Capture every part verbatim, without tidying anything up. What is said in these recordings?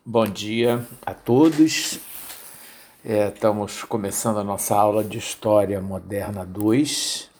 Bom dia a todos. É, estamos começando a nossa aula de História Moderna dois.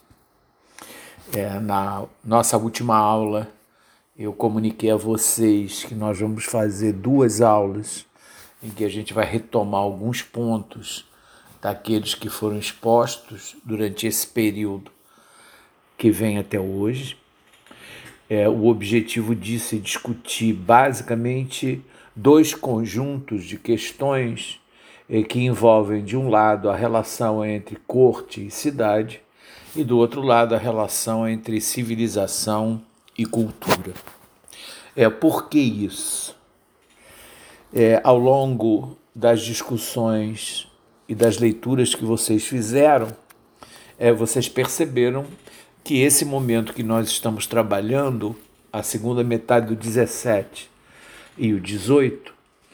É, na nossa última aula, eu comuniquei a vocês que nós vamos fazer duas aulas em que a gente vai retomar alguns pontos daqueles que foram expostos durante esse período que vem até hoje. É, o objetivo disso é discutir basicamente dois conjuntos de questões eh, que envolvem, de um lado, a relação entre corte e cidade, e do outro lado, a relação entre civilização e cultura. É, por que isso? É, ao longo das discussões e das leituras que vocês fizeram, é, vocês perceberam que esse momento que nós estamos trabalhando, a segunda metade do dezessete e o dezoito,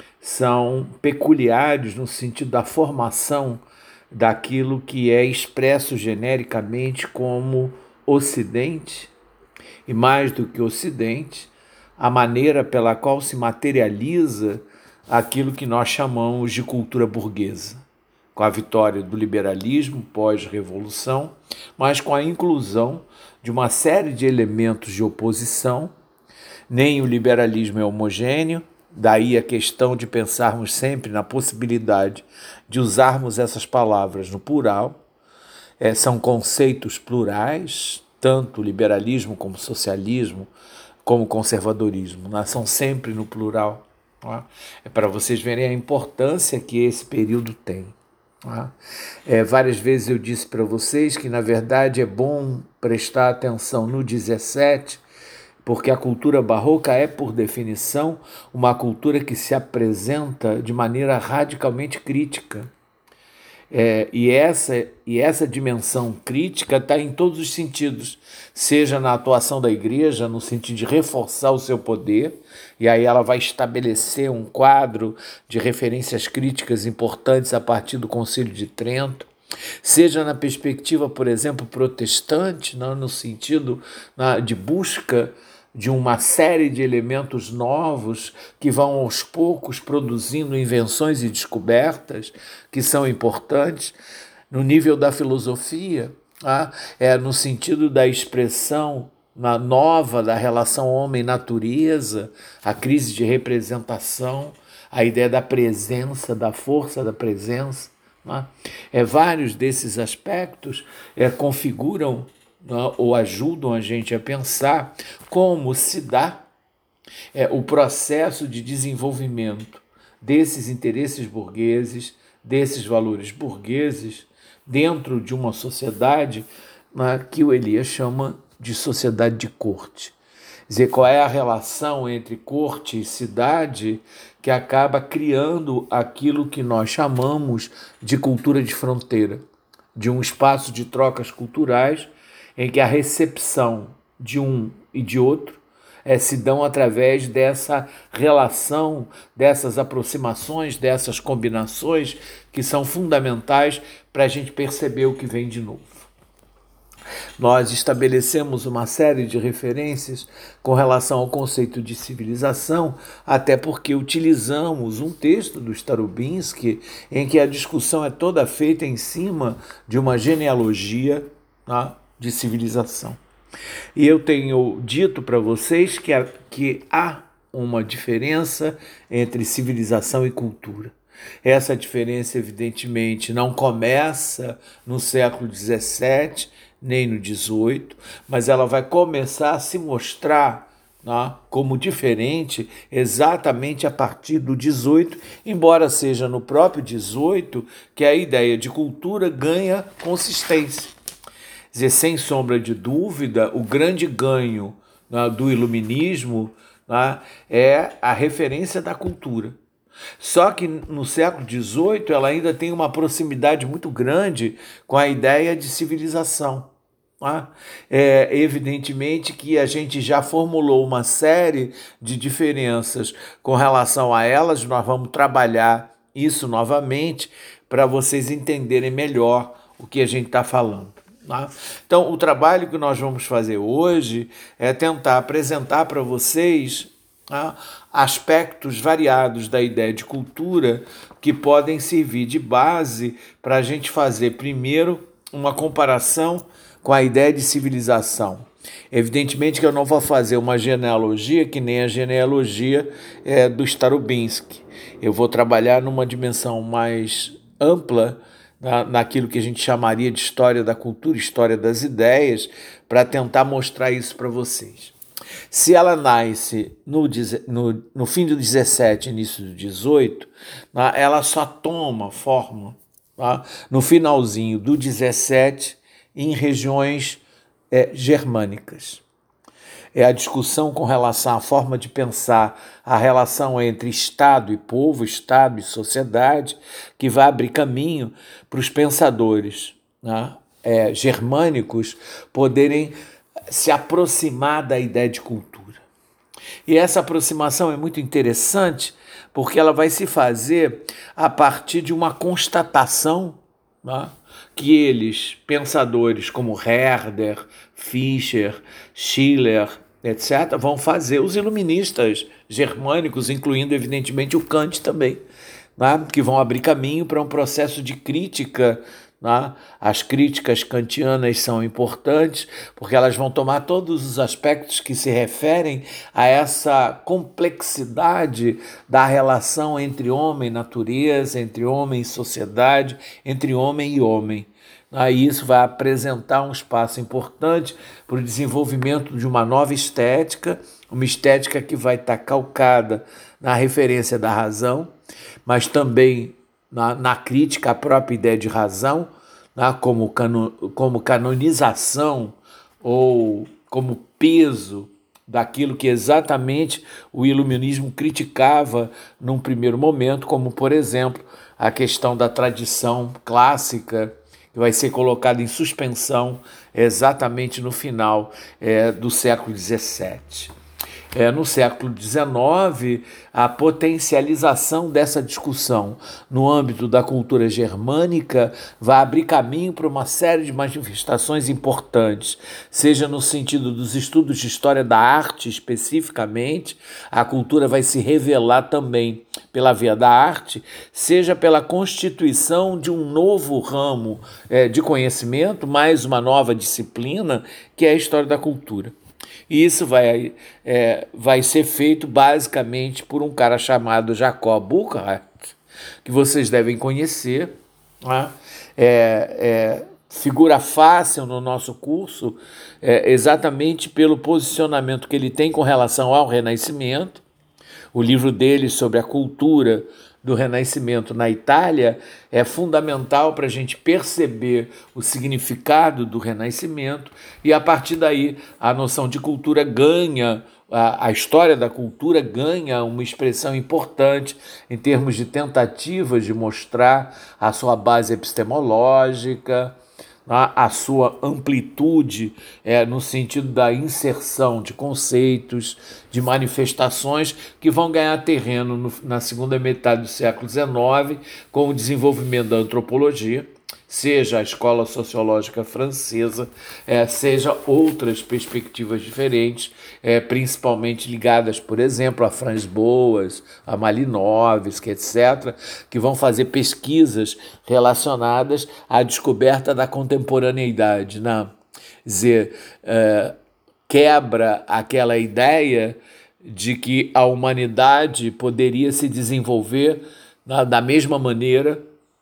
são peculiares no sentido da formação daquilo que é expresso genericamente como Ocidente, e mais do que Ocidente, a maneira pela qual se materializa aquilo que nós chamamos de cultura burguesa, com a vitória do liberalismo pós-revolução, mas com a inclusão de uma série de elementos de oposição. Nem o liberalismo é homogêneo, daí a questão de pensarmos sempre na possibilidade de usarmos essas palavras no plural. É, são conceitos plurais, tanto liberalismo como socialismo, como conservadorismo, né? São sempre no plural. Tá? É para vocês verem a importância que esse período tem. Tá? É, várias vezes eu disse para vocês que, na verdade, é bom prestar atenção no dezessete, porque a cultura barroca é, por definição, uma cultura que se apresenta de maneira radicalmente crítica. É, e, essa, e essa dimensão crítica está em todos os sentidos, seja na atuação da igreja, no sentido de reforçar o seu poder, e aí ela vai estabelecer um quadro de referências críticas importantes a partir do Concílio de Trento, seja na perspectiva, por exemplo, protestante, não, no sentido na, de busca de uma série de elementos novos que vão aos poucos produzindo invenções e descobertas que são importantes no nível da filosofia, tá? É no sentido da expressão na nova da relação homem-natureza, a crise de representação, a ideia da presença, da força da presença. Tá? É, vários desses aspectos é, configuram ou ajudam a gente a pensar como se dá é, o processo de desenvolvimento desses interesses burgueses, desses valores burgueses, dentro de uma sociedade né, que o Elias chama de sociedade de corte. Quer dizer, qual é a relação entre corte e cidade que acaba criando aquilo que nós chamamos de cultura de fronteira, de um espaço de trocas culturais em que a recepção de um e de outro é, se dão através dessa relação, dessas aproximações, dessas combinações que são fundamentais para a gente perceber o que vem de novo. Nós estabelecemos uma série de referências com relação ao conceito de civilização, até porque utilizamos um texto do Starobinsky em que a discussão é toda feita em cima de uma genealogia, tá, de civilização. E eu tenho dito para vocês que há, que há uma diferença entre civilização e cultura. Essa diferença, evidentemente, não começa no século dezessete, nem no dezoito, mas ela vai começar a se mostrar né, como diferente exatamente a partir do dezoito, embora seja no próprio dezoito que a ideia de cultura ganha consistência. Quer dizer, sem sombra de dúvida, o grande ganho né, do iluminismo né, é a referência da cultura. Só que no século dezoito ela ainda tem uma proximidade muito grande com a ideia de civilização. Tá? É evidentemente que a gente já formulou uma série de diferenças com relação a elas, nós vamos trabalhar isso novamente para vocês entenderem melhor o que a gente está falando. Então, o trabalho que nós vamos fazer hoje é tentar apresentar para vocês há aspectos variados da ideia de cultura que podem servir de base para a gente fazer, primeiro, uma comparação com a ideia de civilização. Evidentemente que eu não vou fazer uma genealogia que nem a genealogia é, do Starobinsky. Eu vou trabalhar numa dimensão mais ampla, na, naquilo que a gente chamaria de história da cultura, história das ideias, para tentar mostrar isso para vocês. Se ela nasce no, no, no fim do dezessete, início do dezoito, tá? Ela só toma forma, tá? No finalzinho do dezessete, em regiões é, germânicas. É a discussão com relação à forma de pensar a relação entre Estado e povo, Estado e sociedade, que vai abrir caminho para os pensadores, né, é, germânicos poderem se aproximar da ideia de cultura. E essa aproximação é muito interessante porque ela vai se fazer a partir de uma constatação, né, que eles, pensadores como Herder, Fischer, Schiller, etcétera, vão fazer, os iluministas germânicos, incluindo evidentemente o Kant também, né, que vão abrir caminho para um processo de crítica. Né? As críticas kantianas são importantes porque elas vão tomar todos os aspectos que se referem a essa complexidade da relação entre homem e natureza, entre homem e sociedade, entre homem e homem. Aí isso vai apresentar um espaço importante para o desenvolvimento de uma nova estética, uma estética que vai estar calcada na referência da razão, mas também na, na crítica à própria ideia de razão, né, como, cano, como canonização ou como peso daquilo que exatamente o iluminismo criticava num primeiro momento, como, por exemplo, a questão da tradição clássica, que vai ser colocada em suspensão exatamente no final é, do século dezessete. É, no século dezenove, a potencialização dessa discussão no âmbito da cultura germânica vai abrir caminho para uma série de manifestações importantes, seja no sentido dos estudos de história da arte especificamente, a cultura vai se revelar também pela via da arte, seja pela constituição de um novo ramo é, de conhecimento, mais uma nova disciplina, que é a história da cultura. E isso vai, é, vai ser feito basicamente por um cara chamado Jacob Burckhardt, que vocês devem conhecer, né? é, é, figura fácil no nosso curso, é, exatamente pelo posicionamento que ele tem com relação ao Renascimento. O livro dele sobre a cultura do Renascimento na Itália é fundamental para a gente perceber o significado do Renascimento e, a partir daí, a noção de cultura ganha, a, a história da cultura ganha uma expressão importante em termos de tentativas de mostrar a sua base epistemológica, a sua amplitude é, no sentido da inserção de conceitos, de manifestações que vão ganhar terreno no, na segunda metade do século dezenove com o desenvolvimento da antropologia, seja a escola sociológica francesa, é, seja outras perspectivas diferentes, é, principalmente ligadas, por exemplo, a Franz Boas, a Malinowski, etcétera, que vão fazer pesquisas relacionadas à descoberta da contemporaneidade, né? Quer dizer, é, quebra aquela ideia de que a humanidade poderia se desenvolver na, da mesma maneira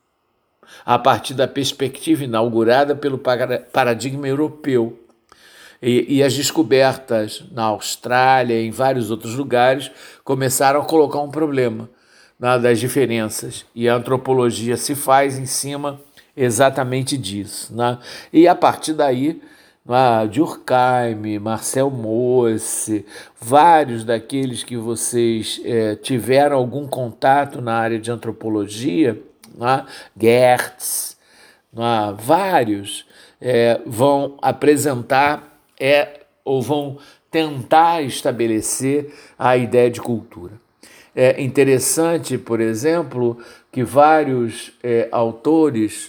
a partir da perspectiva inaugurada pelo paradigma europeu. E, e as descobertas na Austrália e em vários outros lugares começaram a colocar um problema, né, das diferenças, e a antropologia se faz em cima exatamente disso, né? E a partir daí, né, Durkheim, Marcel Mauss, vários daqueles que vocês é, tiveram algum contato na área de antropologia, né, Gertz, né, vários é, vão apresentar é, ou vão tentar estabelecer a ideia de cultura. É interessante, por exemplo, que vários é, autores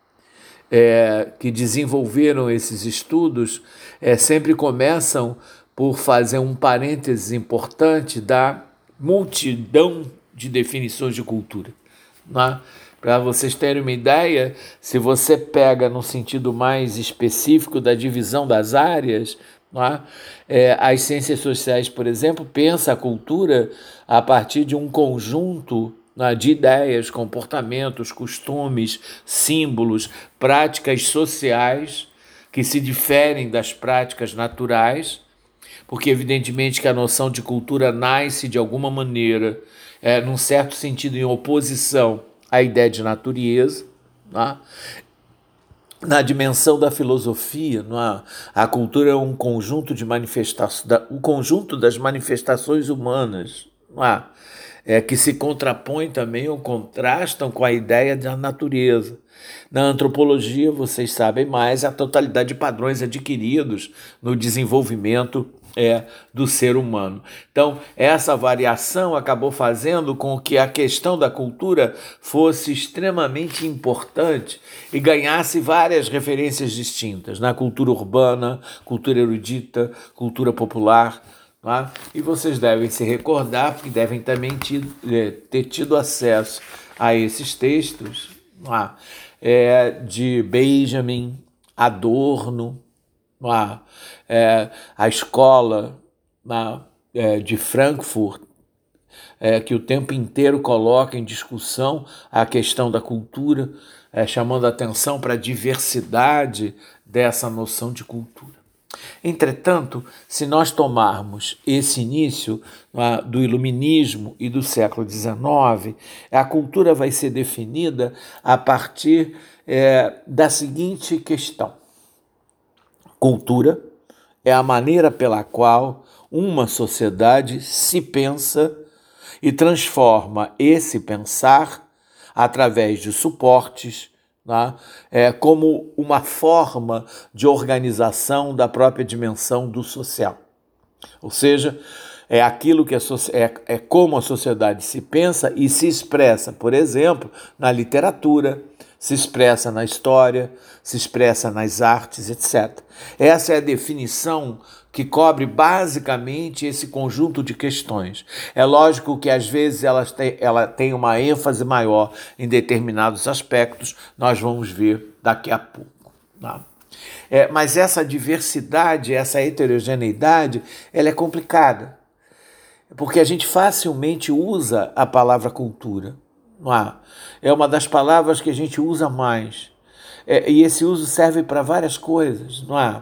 é, que desenvolveram esses estudos é, sempre começam por fazer um parênteses importante da multidão de definições de cultura, né? Para vocês terem uma ideia, se você pega no sentido mais específico da divisão das áreas, né, é, as ciências sociais, por exemplo, pensa a cultura a partir de um conjunto, né, de ideias, comportamentos, costumes, símbolos, práticas sociais que se diferem das práticas naturais, porque evidentemente que a noção de cultura nasce de alguma maneira, é, num certo sentido, em oposição à ideia de natureza, né? Na dimensão da filosofia, é? A cultura é um conjunto de manifestações, o conjunto das manifestações humanas, não é? É, que se contrapõem também ou contrastam com a ideia da natureza. Na antropologia, vocês sabem mais, a totalidade de padrões adquiridos no desenvolvimento é, do ser humano. Então, essa variação acabou fazendo com que a questão da cultura fosse extremamente importante e ganhasse várias referências distintas, na cultura urbana, cultura erudita, cultura popular. Tá? E vocês devem se recordar, porque devem também tido, ter tido acesso a esses textos, tá? É, de Benjamin, Adorno, tá? É, a escola, tá? É, de Frankfurt, é, que o tempo inteiro coloca em discussão a questão da cultura, é, chamando a atenção para a diversidade dessa noção de cultura. Entretanto, se nós tomarmos esse início uh, do iluminismo e do século dezenove, a cultura vai ser definida a partir eh, da seguinte questão. Cultura é a maneira pela qual uma sociedade se pensa e transforma esse pensar através de suportes, né, é, como uma forma de organização da própria dimensão do social. Ou seja, é aquilo que a é, é como a sociedade se pensa e se expressa, por exemplo, na literatura, se expressa na história, se expressa nas artes, etcétera. Essa é a definição que cobre basicamente esse conjunto de questões. É lógico que às vezes elas têm, ela tem uma ênfase maior em determinados aspectos, nós vamos ver daqui a pouco. Tá? É, mas essa diversidade, essa heterogeneidade, ela é complicada, porque a gente facilmente usa a palavra cultura. Não é? É uma das palavras que a gente usa mais. É, e esse uso serve para várias coisas, não é?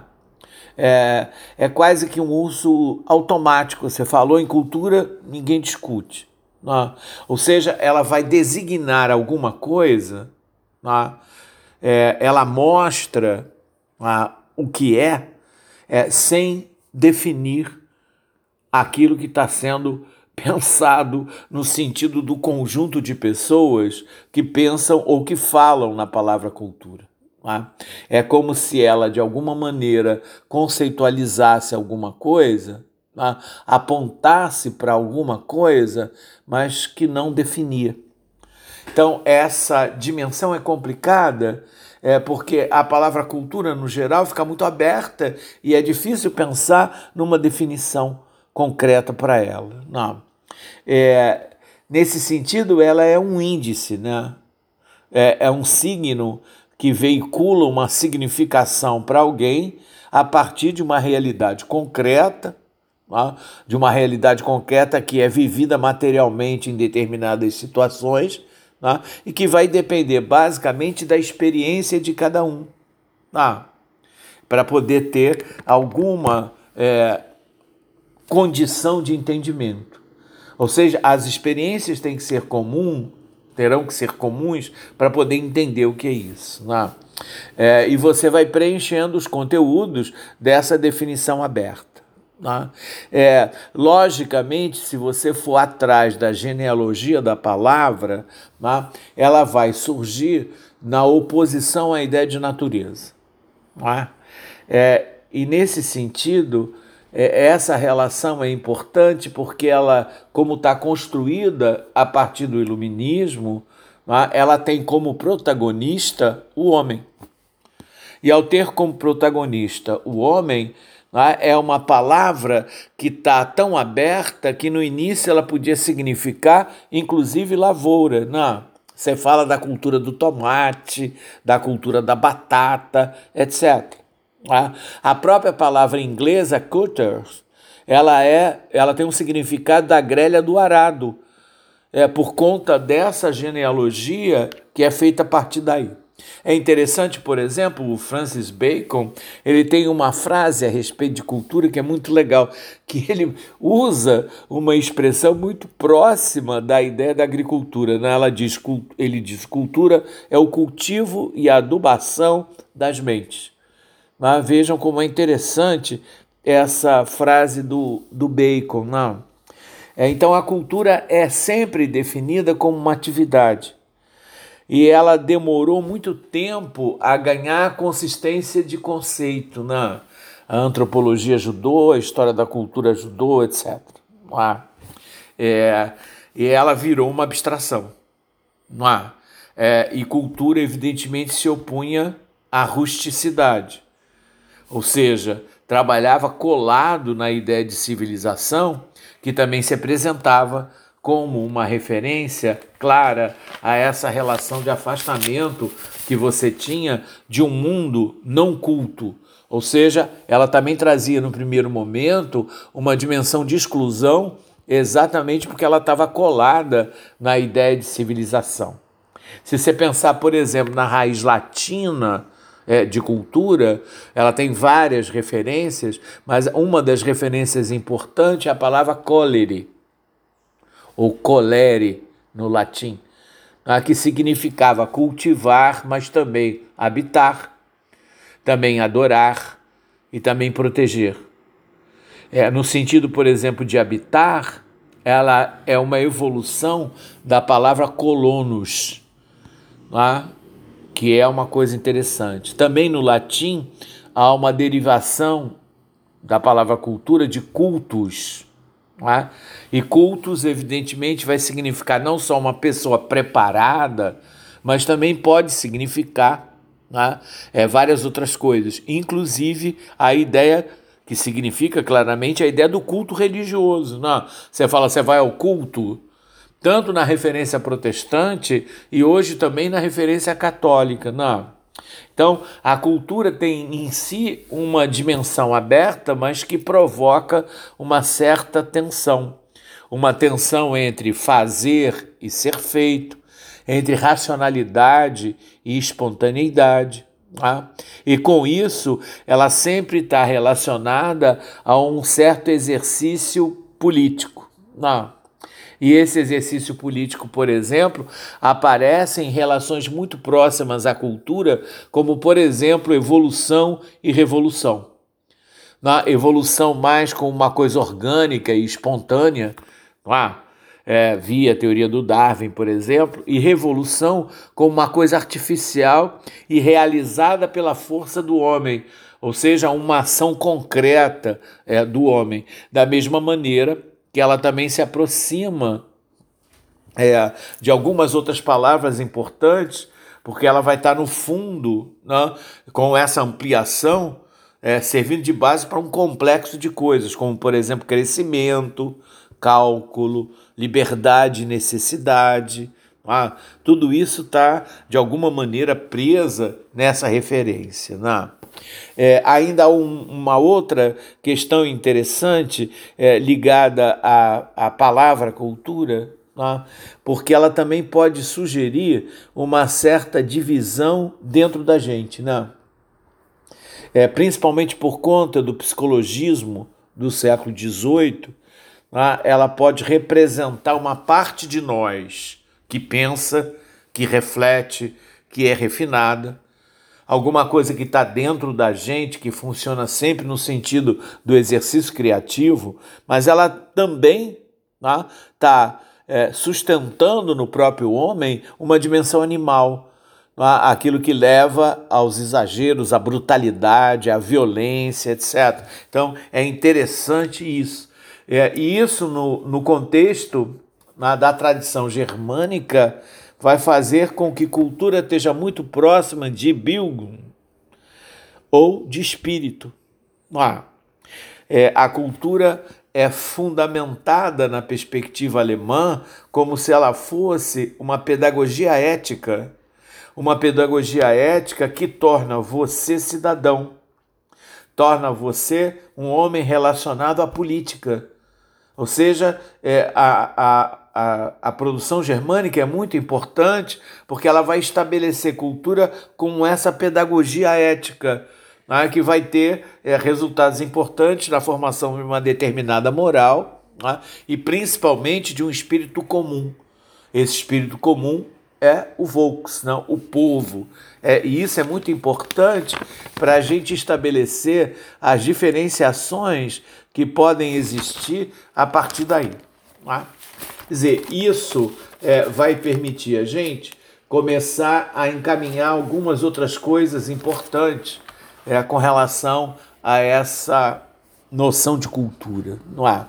É, é quase que um uso automático. Você falou em cultura, ninguém discute. Não é? Ou seja, ela vai designar alguma coisa, não é? É, ela mostra não é, o que é, é, sem definir aquilo que está sendo pensado no sentido do conjunto de pessoas que pensam ou que falam na palavra cultura. Tá? É como se ela, de alguma maneira, conceitualizasse alguma coisa, tá? Apontasse para alguma coisa, mas que não definia. Então, essa dimensão é complicada, é, porque a palavra cultura, no geral, fica muito aberta e é difícil pensar numa definição concreta para ela. Não. É, nesse sentido, ela é um índice, né? é, é um signo que veicula uma significação para alguém a partir de uma realidade concreta, tá? De uma realidade concreta que é vivida materialmente em determinadas situações, tá? E que vai depender basicamente da experiência de cada um, tá? Para poder ter alguma é, condição de entendimento. Ou seja, as experiências têm que ser comuns, terão que ser comuns para poder entender o que é isso. Né? É, e você vai preenchendo os conteúdos dessa definição aberta. Né? É, logicamente, se você for atrás da genealogia da palavra, né, ela vai surgir na oposição à ideia de natureza. Né? É, e nesse sentido, essa relação é importante porque ela, como está construída a partir do iluminismo, ela tem como protagonista o homem. E ao ter como protagonista o homem, é uma palavra que está tão aberta que no início ela podia significar, inclusive, lavoura. Não, você fala da cultura do tomate, da cultura da batata, etcétera. A própria palavra inglesa, cutters, ela, é, ela tem um significado da grelha do arado, é, por conta dessa genealogia que é feita a partir daí. É interessante, por exemplo, o Francis Bacon, ele tem uma frase a respeito de cultura que é muito legal, que ele usa uma expressão muito próxima da ideia da agricultura, né? Ela diz, ele diz, cultura é o cultivo e a adubação das mentes. Mas vejam como é interessante essa frase do, do Bacon. Não? É, então, a cultura é sempre definida como uma atividade. E ela demorou muito tempo a ganhar consistência de conceito. Né? A antropologia ajudou, a história da cultura ajudou, etcétera. É, e ela virou uma abstração. Não é? É, e cultura, evidentemente, se opunha à rusticidade. Ou seja, trabalhava colado na ideia de civilização, que também se apresentava como uma referência clara a essa relação de afastamento que você tinha de um mundo não culto. Ou seja, ela também trazia no primeiro momento uma dimensão de exclusão, exatamente porque ela estava colada na ideia de civilização. Se você pensar, por exemplo, na raiz latina é, de cultura, ela tem várias referências, mas uma das referências importantes é a palavra colere, ou colere no latim, que significava cultivar, mas também habitar, também adorar e também proteger. É, no sentido, por exemplo, de habitar, ela é uma evolução da palavra colonos, tá? Que é uma coisa interessante. Também no latim há uma derivação da palavra cultura de cultus. Tá? E cultus, evidentemente, vai significar não só uma pessoa preparada, mas também pode significar, tá? é, várias outras coisas, inclusive a ideia que significa claramente a ideia do culto religioso. Não? Você fala, você vai ao culto, tanto na referência protestante e hoje também na referência católica. Não. Então, a cultura tem em si uma dimensão aberta, mas que provoca uma certa tensão. Uma tensão entre fazer e ser feito, entre racionalidade e espontaneidade. Tá? E com isso, ela sempre está relacionada a um certo exercício político. Não. E esse exercício político, por exemplo, aparece em relações muito próximas à cultura, como, por exemplo, evolução e revolução. Na evolução mais como uma coisa orgânica e espontânea, lá, é, via a teoria do Darwin, por exemplo, e revolução como uma coisa artificial e realizada pela força do homem, ou seja, uma ação concreta é, do homem. Da mesma maneira que ela também se aproxima é, de algumas outras palavras importantes, porque ela vai estar no fundo, né, com essa ampliação, é, servindo de base para um complexo de coisas, como, por exemplo, crescimento, cálculo, liberdade e necessidade. Ah, tudo isso está, de alguma maneira, presa nessa referência. Né? É, ainda há um, uma outra questão interessante é, ligada à, à palavra cultura, né? Porque ela também pode sugerir uma certa divisão dentro da gente, né? É, principalmente por conta do psicologismo do século dezoito, né? Ela pode representar uma parte de nós que pensa, que reflete, que é refinada, alguma coisa que está dentro da gente, que funciona sempre no sentido do exercício criativo, mas ela também está é, sustentando no próprio homem uma dimensão animal, tá? Aquilo que leva aos exageros, à brutalidade, à violência, etcétera. Então, é interessante isso. É, e isso, no, no contexto na, da tradição germânica, vai fazer com que cultura esteja muito próxima de Bildung ou de espírito. Ah, É, a cultura é fundamentada na perspectiva alemã como se ela fosse uma pedagogia ética, uma pedagogia ética que torna você cidadão, torna você um homem relacionado à política. Ou seja, é, a, a, a, a produção germânica é muito importante porque ela vai estabelecer cultura com essa pedagogia ética, né, que vai ter é, resultados importantes na formação de uma determinada moral, né, e principalmente de um espírito comum. Esse espírito comum é o Volks, não, o povo. É, e isso é muito importante para a gente estabelecer as diferenciações que podem existir a partir daí. Tá? Quer dizer, isso é, vai permitir a gente começar a encaminhar algumas outras coisas importantes é, com relação a essa noção de cultura. Não é?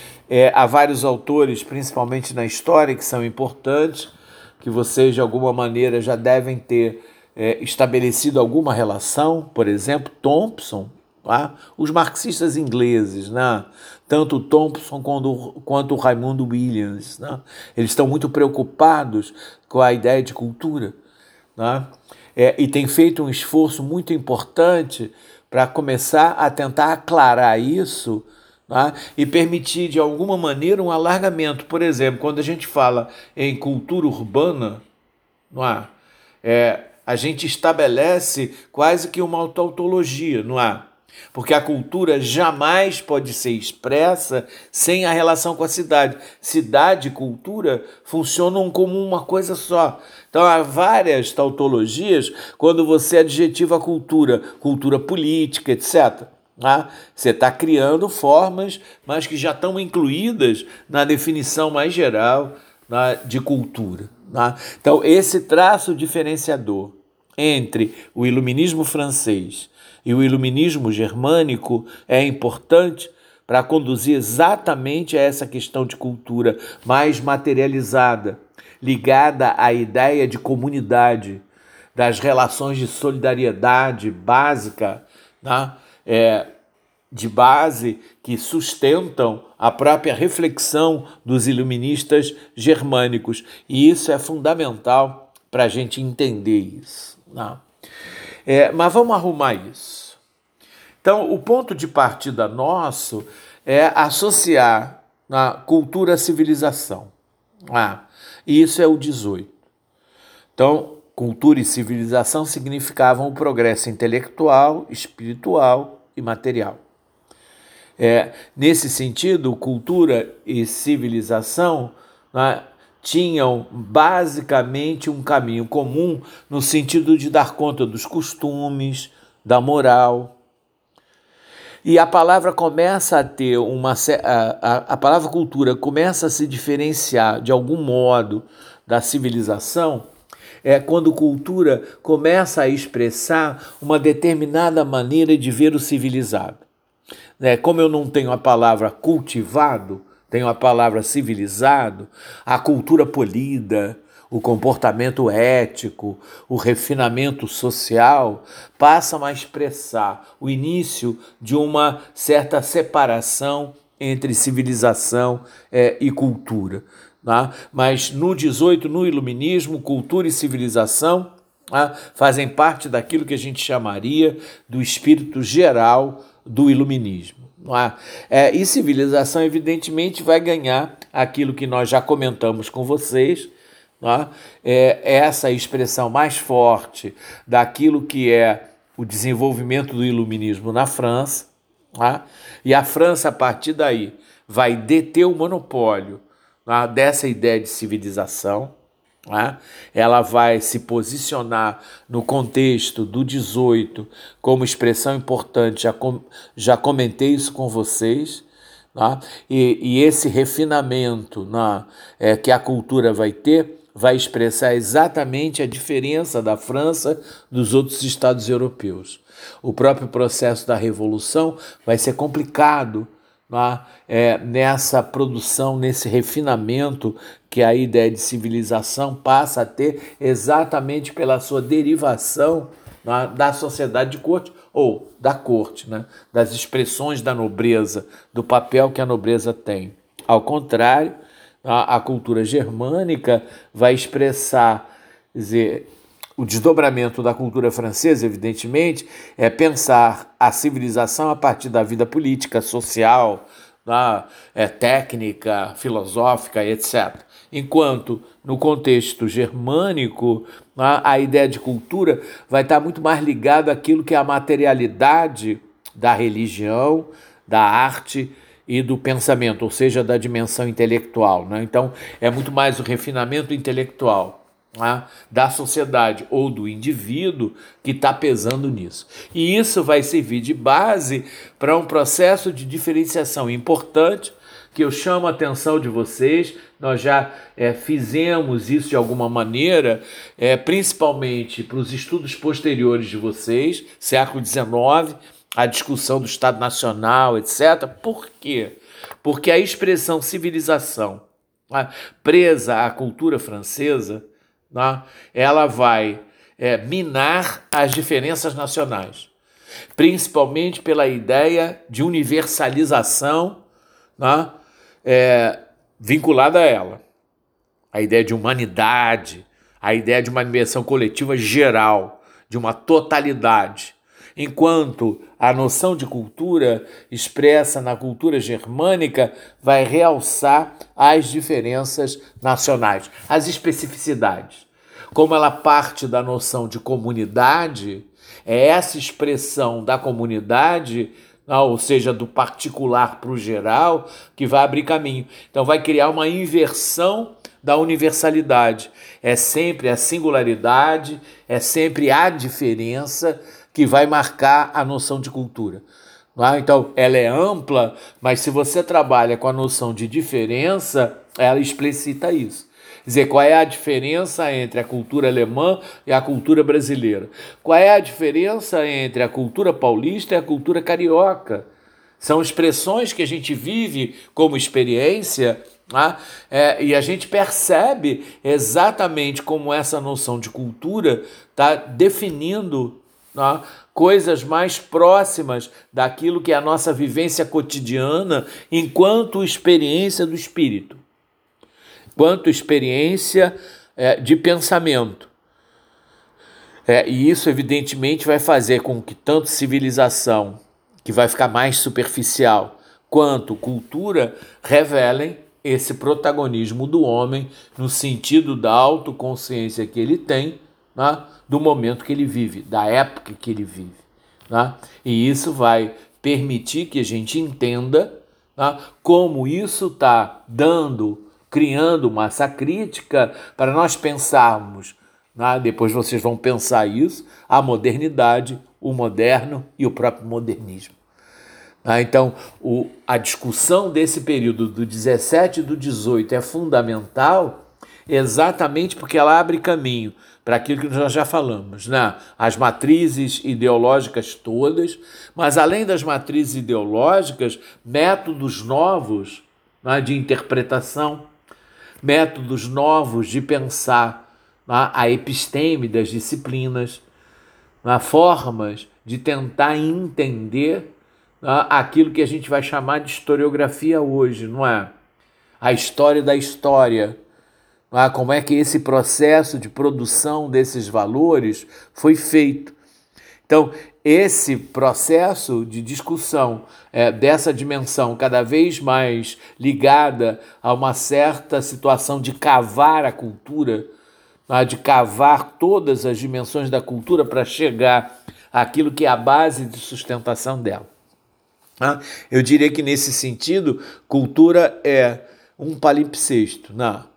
É, há vários autores, principalmente na história, que são importantes, que vocês de alguma maneira já devem ter é, estabelecido alguma relação. Por exemplo, Thompson, tá? Os marxistas ingleses, né? Tanto o Thompson quanto, quanto o Raimundo Williams, né? Eles estão muito preocupados com a ideia de cultura, né? É, e têm feito um esforço muito importante para começar a tentar aclarar isso, tá? E permitir, de alguma maneira, um alargamento. Por exemplo, quando a gente fala em cultura urbana, não é? É, a gente estabelece quase que uma tautologia, não é? Porque a cultura jamais pode ser expressa sem a relação com a cidade. Cidade e cultura funcionam como uma coisa só. Então há várias tautologias quando você adjetiva a cultura, cultura política, etcétera. Ah, você está criando formas, mas que já estão incluídas na definição mais geral, né, de cultura. Né? Então, esse traço diferenciador entre o iluminismo francês e o iluminismo germânico é importante para conduzir exatamente a essa questão de cultura mais materializada, ligada à ideia de comunidade, das relações de solidariedade básica, né? É, de base que sustentam a própria reflexão dos iluministas germânicos. E isso é fundamental para a gente entender isso. Né? É, mas vamos arrumar isso. Então, o ponto de partida nosso é associar a cultura à civilização. Ah, e isso é o dezoito. Então, cultura e civilização significavam o progresso intelectual, espiritual e material. É, nesse sentido, cultura e civilização, né, tinham basicamente um caminho comum no sentido de dar conta dos costumes, da moral. E a palavra começa a ter uma... A, a, a palavra cultura começa a se diferenciar de algum modo da civilização é quando cultura começa a expressar uma determinada maneira de ver o civilizado. É, como eu não tenho a palavra cultivado, tenho a palavra civilizado, a cultura polida, o comportamento ético, o refinamento social, passam a expressar o início de uma certa separação entre civilização é, e cultura. Tá? Mas no dezoito, no iluminismo, cultura e civilização tá, fazem parte daquilo que a gente chamaria do espírito geral do iluminismo. Não é? É, e civilização, evidentemente, vai ganhar aquilo que nós já comentamos com vocês, não é? É essa expressão mais forte daquilo que é o desenvolvimento do iluminismo na França, não é? E a França, a partir daí, vai deter o monopólio, não é, dessa ideia de civilização. Né? Ela vai se posicionar no contexto do dezoito como expressão importante, já, com, já comentei isso com vocês, né? e, e esse refinamento, né, é, que a cultura vai ter, vai expressar exatamente a diferença da França dos outros estados europeus. O próprio processo da Revolução vai ser complicado, né, é, nessa produção, nesse refinamento que a ideia de civilização passa a ter exatamente pela sua derivação né, da sociedade de corte ou da corte, né, das expressões da nobreza, do papel que a nobreza tem. Ao contrário, a, a cultura germânica vai expressar, quer dizer, o desdobramento da cultura francesa, evidentemente, é pensar a civilização a partir da vida política, social, da, é, técnica, filosófica, etcétera. Enquanto, no contexto germânico, a, a ideia de cultura vai estar muito mais ligada àquilo que é a materialidade da religião, da arte e do pensamento, ou seja, da dimensão intelectual, né? Então, é muito mais o refinamento intelectual, né, da sociedade ou do indivíduo que está pesando nisso. E isso vai servir de base para um processo de diferenciação importante que eu chamo a atenção de vocês. Nós já é, fizemos isso de alguma maneira, é, principalmente para os estudos posteriores de vocês, século dezenove, a discussão do Estado Nacional, etcétera. Por quê? Porque a expressão civilização, né, presa à cultura francesa, né, ela vai é, minar as diferenças nacionais, principalmente pela ideia de universalização, né, é, vinculada a ela, a ideia de humanidade, a ideia de uma dimensão coletiva geral, de uma totalidade. Enquanto a noção de cultura expressa na cultura germânica vai realçar as diferenças nacionais, as especificidades. Como ela parte da noção de comunidade, é essa expressão da comunidade, ou seja, do particular para o geral, que vai abrir caminho. Então vai criar uma inversão da universalidade. É sempre a singularidade, é sempre a diferença que vai marcar a noção de cultura. Então, ela é ampla, mas se você trabalha com a noção de diferença, ela explicita isso. Quer dizer, qual é a diferença entre a cultura alemã e a cultura brasileira? Qual é a diferença entre a cultura paulista e a cultura carioca? São expressões que a gente vive como experiência, né? É, e a gente percebe exatamente como essa noção de cultura está definindo, né, coisas mais próximas daquilo que é a nossa vivência cotidiana enquanto experiência do espírito, enquanto experiência é, de pensamento. É, e isso, evidentemente, vai fazer com que tanto civilização, que vai ficar mais superficial, quanto cultura revelem esse protagonismo do homem no sentido da autoconsciência que ele tem, né, do momento que ele vive, da época que ele vive. Né? E isso vai permitir que a gente entenda, né, como isso está dando, criando massa crítica para nós pensarmos, né, depois vocês vão pensar isso, a modernidade, o moderno e o próprio modernismo. Então, o, a discussão desse período do dezessete e do dezoito é fundamental exatamente porque ela abre caminho para aquilo que nós já falamos, né? As matrizes ideológicas todas, mas além das matrizes ideológicas, métodos novos, né, de interpretação, métodos novos de pensar, né, a episteme das disciplinas, né, formas de tentar entender, né, aquilo que a gente vai chamar de historiografia hoje, não é? A história da história. Ah, como é que esse processo de produção desses valores foi feito. Então, esse processo de discussão é, dessa dimensão cada vez mais ligada a uma certa situação de cavar a cultura, ah, de cavar todas as dimensões da cultura para chegar àquilo que é a base de sustentação dela. Ah, eu diria que, nesse sentido, cultura é um palimpsesto, não?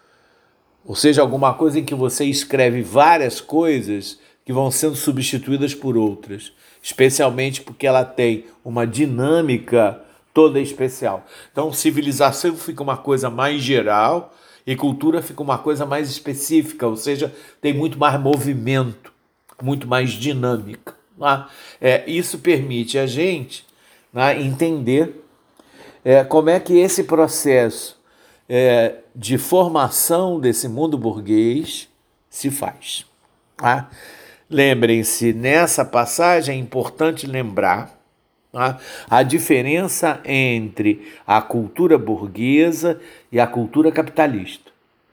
Ou seja, alguma coisa em que você escreve várias coisas que vão sendo substituídas por outras, especialmente porque ela tem uma dinâmica toda especial. Então, civilização fica uma coisa mais geral e cultura fica uma coisa mais específica, ou seja, tem muito mais movimento, muito mais dinâmica. Né? É, isso permite a gente, né, entender é, como é que esse processo É, de formação desse mundo burguês se faz. Tá? lembrem-se, nessa passagem é importante lembrar, tá, a diferença entre a cultura burguesa e a cultura capitalista.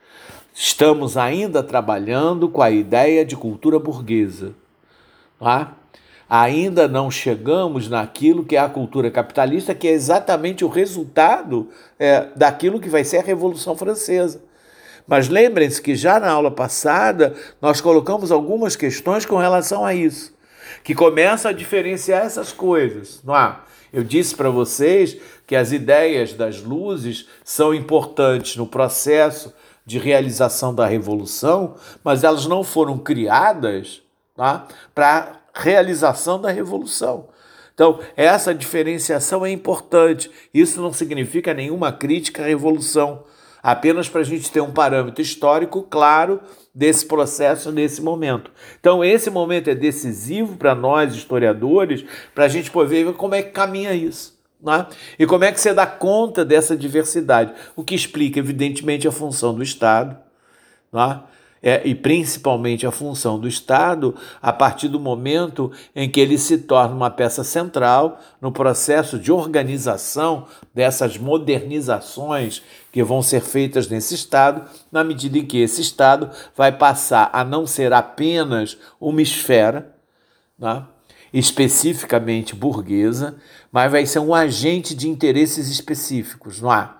Estamos ainda trabalhando com a ideia de cultura burguesa, tá? Ainda não chegamos naquilo que é a cultura capitalista, que é exatamente o resultado é, daquilo que vai ser a Revolução Francesa. Mas lembrem-se que já na aula passada nós colocamos algumas questões com relação a isso, que começam a diferenciar essas coisas, não é? Eu disse para vocês que as ideias das luzes são importantes no processo de realização da Revolução, mas elas não foram criadas, tá, para realização da Revolução. Então, essa diferenciação é importante. Isso não significa nenhuma crítica à Revolução, apenas para a gente ter um parâmetro histórico claro desse processo nesse momento. Então, esse momento é decisivo para nós, historiadores, para a gente poder ver como é que caminha isso, né? E como é que você dá conta dessa diversidade, o que explica, evidentemente, a função do Estado, né? É, e principalmente a função do Estado a partir do momento em que ele se torna uma peça central no processo de organização dessas modernizações que vão ser feitas nesse Estado, na medida em que esse Estado vai passar a não ser apenas uma esfera, né, especificamente burguesa, mas vai ser um agente de interesses específicos, não é?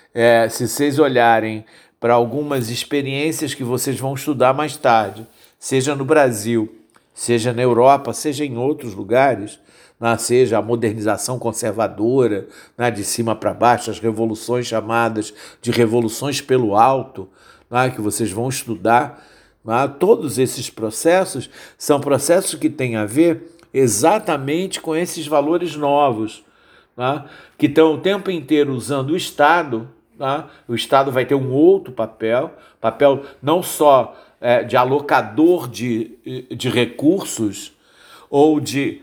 É, se vocês olharem para algumas experiências que vocês vão estudar mais tarde, seja no Brasil, seja na Europa, seja em outros lugares, né, seja a modernização conservadora, né, de cima para baixo, as revoluções chamadas de revoluções pelo alto, né, que vocês vão estudar, né, todos esses processos são processos que têm a ver exatamente com esses valores novos, né, que estão o tempo inteiro usando o Estado. Tá? O Estado vai ter um outro papel, papel não só é, de alocador de, de recursos ou de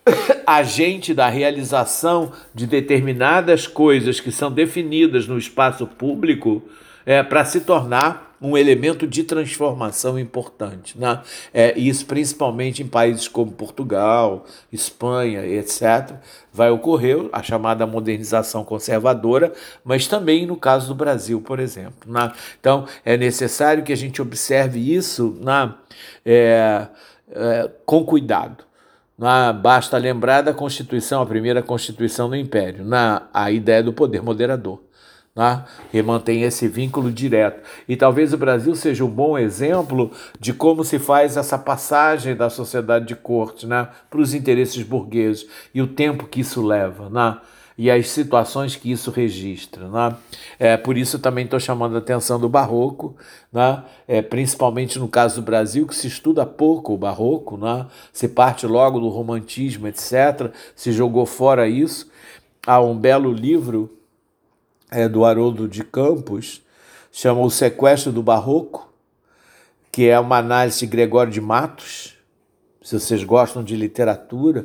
agente da realização de determinadas coisas que são definidas no espaço público é, para se tornar um elemento de transformação importante, né? É, isso principalmente em países como Portugal, Espanha, etcétera, vai ocorrer a chamada modernização conservadora, mas também no caso do Brasil, por exemplo, né? Então, é necessário que a gente observe isso, né, é, é, com cuidado. Né? Basta lembrar da Constituição, a primeira Constituição do Império, né? A ideia do poder moderador, né? E mantém esse vínculo direto. E talvez o Brasil seja um bom exemplo de como se faz essa passagem da sociedade de corte, né, para os interesses burgueses e o tempo que isso leva, né, e as situações que isso registra, né? É, por isso também estou chamando a atenção do Barroco, né? É, principalmente no caso do Brasil, que se estuda pouco o Barroco, né? Se parte logo do romantismo, etcétera, se jogou fora isso. Há um belo livro É, do Haroldo de Campos, chama O Sequestro do Barroco, que é uma análise de Gregório de Matos, se vocês gostam de literatura,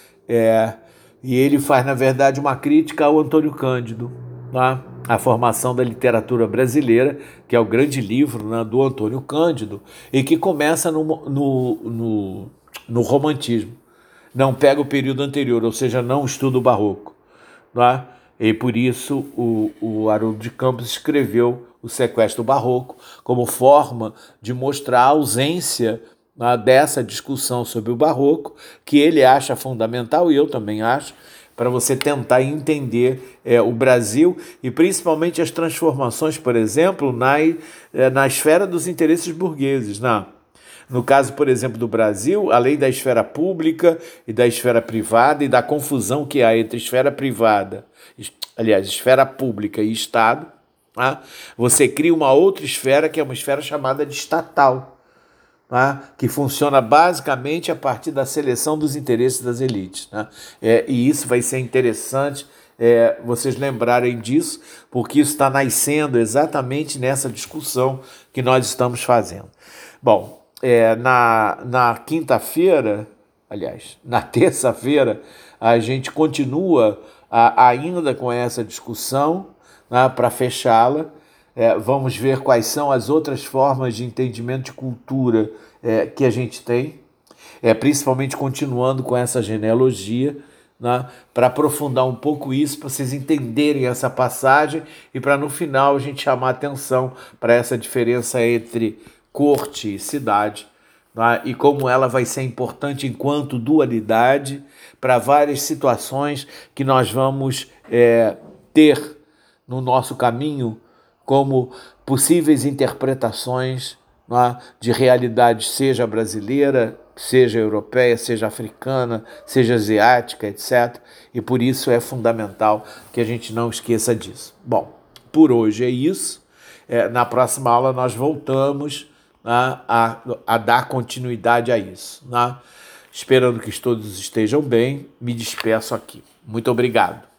é, e ele faz, na verdade, uma crítica ao Antônio Cândido, né, a formação da literatura brasileira, que é o grande livro, né, do Antônio Cândido, e que começa no, no, no, no romantismo, não pega o período anterior, ou seja, não estuda o Barroco, né? E por isso o, o Haroldo de Campos escreveu O Sequestro Barroco como forma de mostrar a ausência, né, dessa discussão sobre o Barroco, que ele acha fundamental, e eu também acho, para você tentar entender é, o Brasil e principalmente as transformações, por exemplo, na, é, na esfera dos interesses burgueses, né? No caso, por exemplo, do Brasil, além da esfera pública e da esfera privada e da confusão que há entre esfera privada, aliás, esfera pública e Estado, tá? Você cria uma outra esfera que é uma esfera chamada de estatal, tá? Que funciona basicamente a partir da seleção dos interesses das elites, tá? É, e isso vai ser interessante é, vocês lembrarem disso, porque isso está nascendo exatamente nessa discussão que nós estamos fazendo. Bom, É, na, na quinta-feira, aliás, na terça-feira, a gente continua a, ainda com essa discussão, né, para fechá-la. É, vamos ver quais são as outras formas de entendimento de cultura é, que a gente tem. é, principalmente continuando com essa genealogia, né, para aprofundar um pouco isso, para vocês entenderem essa passagem e para no final a gente chamar atenção para essa diferença entre corte e cidade, né, e como ela vai ser importante enquanto dualidade para várias situações que nós vamos é, ter no nosso caminho como possíveis interpretações, né, de realidade, seja brasileira, seja europeia, seja africana, seja asiática, etcétera. E por isso é fundamental que a gente não esqueça disso. Bom, por hoje é isso. É, na próxima aula nós voltamos, né, a, a dar continuidade a isso, né? Esperando que todos estejam bem, me despeço aqui. Muito obrigado.